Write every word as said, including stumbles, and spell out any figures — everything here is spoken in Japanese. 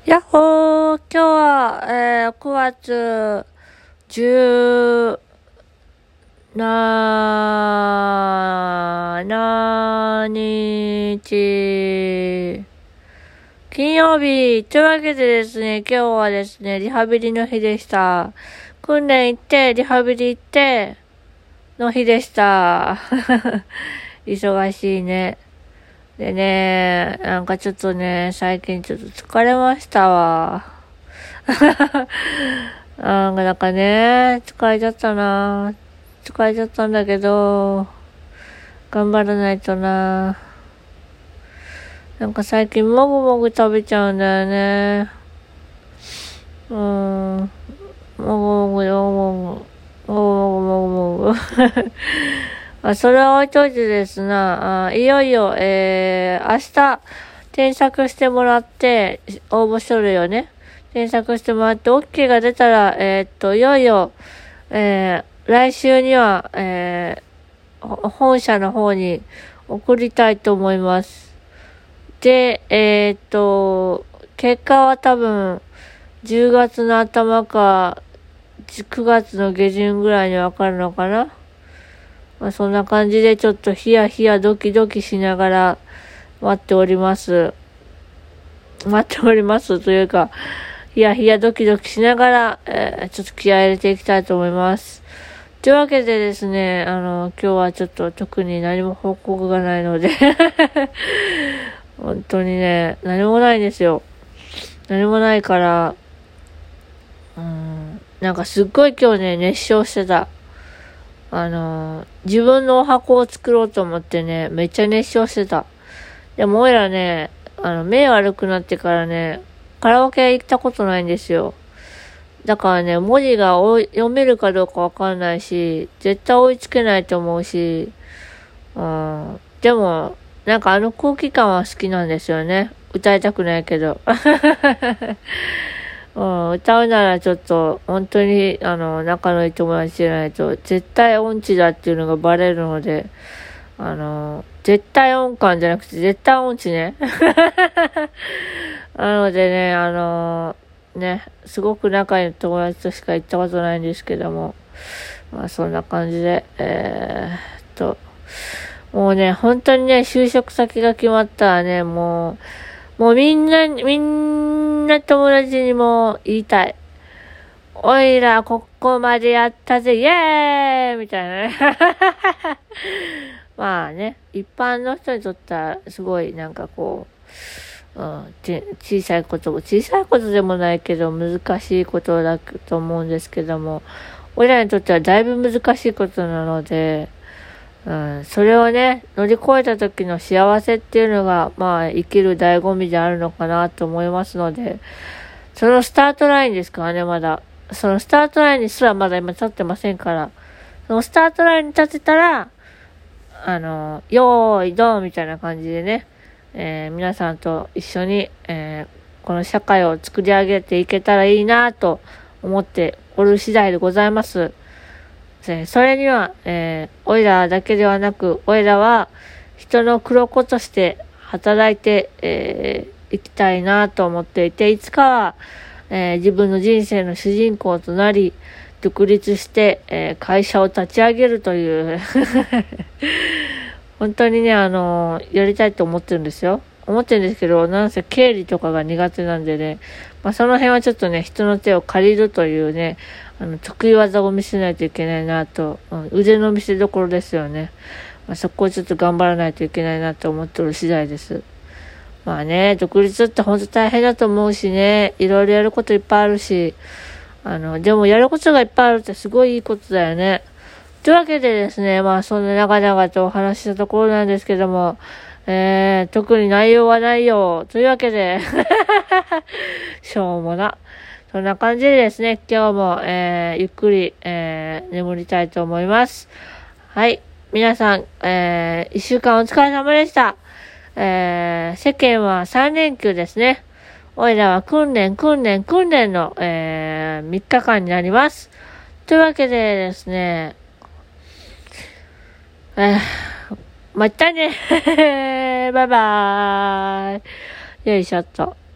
やっほー、今日は、えー、くがつじゅうななにち、金曜日。というわけでですね、今日はですね、リハビリの日でした。訓練行って、リハビリ行って、の日でした。忙しいね。でね、なんかちょっとね、最近ちょっと疲れましたわ。なんかなんかね、疲れちゃったな。疲れちゃったんだけど、頑張らないとな。なんか最近もぐもぐ食べちゃうんだよね。うーん。もぐもぐ、もぐもぐ、もぐもぐもぐもぐ。あ、それは置いといてですな。あ、いよいよ、えー、明日、添削してもらって、応募書類をね、添削してもらって、OK が出たら、えー、っと、いよいよ、えー、来週には、えー、本社の方に送りたいと思います。で、えー、っと、結果は多分、じゅうがつの頭か、くがつの下旬ぐらいにわかるのかな。まあ、そんな感じでちょっとヒヤヒヤドキドキしながら待っております。待っておりますというか、ヒヤヒヤドキドキしながら、えー、ちょっと気合い入れていきたいと思います。というわけでですね、あの、今日はちょっと特に何も報告がないので、本当にね、何もないんですよ。何もないから、うーん、なんかすっごい今日ね、熱唱してた。あのー、自分のお箱を作ろうと思ってね、めっちゃ熱唱してた。でも、おいらね、あの、目悪くなってからね、カラオケ行ったことないんですよ。だからね、文字が読めるかどうかわかんないし、絶対追いつけないと思うし、うん。でも、なんかあの空気感は好きなんですよね。歌いたくないけど。うん、歌うならちょっと、本当に、あの、仲のいい友達じゃないと、絶対音痴だっていうのがバレるので、あの、絶対音感じゃなくて、絶対音痴ね。なのでね、あの、ね、すごく仲いい友達としか行ったことないんですけども、まあそんな感じで、えー、っと、もうね、本当にね、就職先が決まったらね、もう、もうみんな、みんな友達にも言いたい。おいら、ここまでやったぜ、イェーイみたいなね。まあね、一般の人にとったら、すごい、なんかこう、うん、小さいこと、小さいことでもないけど、難しいことだと思うんですけども、おいらにとってはだいぶ難しいことなので、うん、それをね、乗り越えた時の幸せっていうのが、まあ、生きる醍醐味であるのかなと思いますので、そのスタートラインですからね、まだ。そのスタートラインにすらまだ今立ってませんから、そのスタートラインに立てたら、あの、よーい、ドンみたいな感じでね、えー、皆さんと一緒に、えー、この社会を作り上げていけたらいいなと思っておる次第でございます。それには、えー、おいらだけではなく、おいらは人の黒子として働いて、えー、いきたいなと思っていて、いつかは、えー、自分の人生の主人公となり、独立して、えー、会社を立ち上げるという本当にね、あのー、やりたいと思ってるんですよ。思ってるんですけど、なんせ経理とかが苦手なんでね、まあその辺はちょっとね、人の手を借りるというね、あの、得意技を見せないといけないなと、うん、腕の見せ所ですよね。まあそこをちょっと頑張らないといけないなと思ってる次第です。まあね、独立って本当大変だと思うしね、いろいろやることいっぱいあるし、あの、でもやることがいっぱいあるってすごいいいことだよね。というわけでですね、まあそんな長々とお話ししたところなんですけども、えー、特に内容はないよ。というわけで、しょうもな。そんな感じでですね、今日も、えー、ゆっくり、えー、眠りたいと思います。はい。皆さん、えー、一週間お疲れ様でした。えー、世間はさん連休ですね。おいらは訓練、訓練、訓練の、えー、みっかかんになります。というわけでですね、えー、またねバイバーイ。よいしょっと。